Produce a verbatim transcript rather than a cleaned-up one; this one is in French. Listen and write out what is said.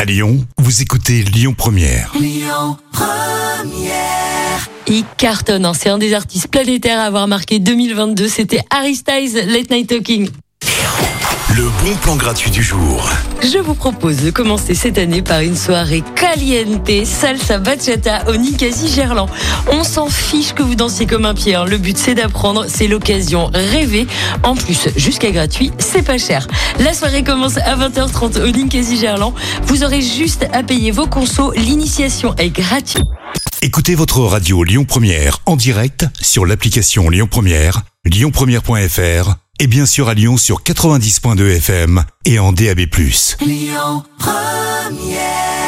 À Lyon, vous écoutez Lyon Première. Lyon Première. Il cartonne, hein. C'est un des artistes planétaires à avoir marqué deux mille vingt-deux. C'était Harry Styles, Late Night Talking. Le bon plan gratuit du jour. Je vous propose de commencer cette année par une soirée caliente, salsa bachata au Ninkasi Gerland. On s'en fiche que vous dansiez comme un pied, hein. Le but c'est d'apprendre, c'est l'occasion rêvée. En plus, jusqu'à gratuit, c'est pas cher. La soirée commence à vingt heures trente au Ninkasi Gerland. Vous aurez juste à payer vos consos, l'initiation est gratuite. Écoutez votre radio Lyon Première en direct sur l'application Lyon Première, lyon première point f r et bien sûr à Lyon sur quatre-vingt-dix virgule deux F M et en D A B plus. Lyon Première.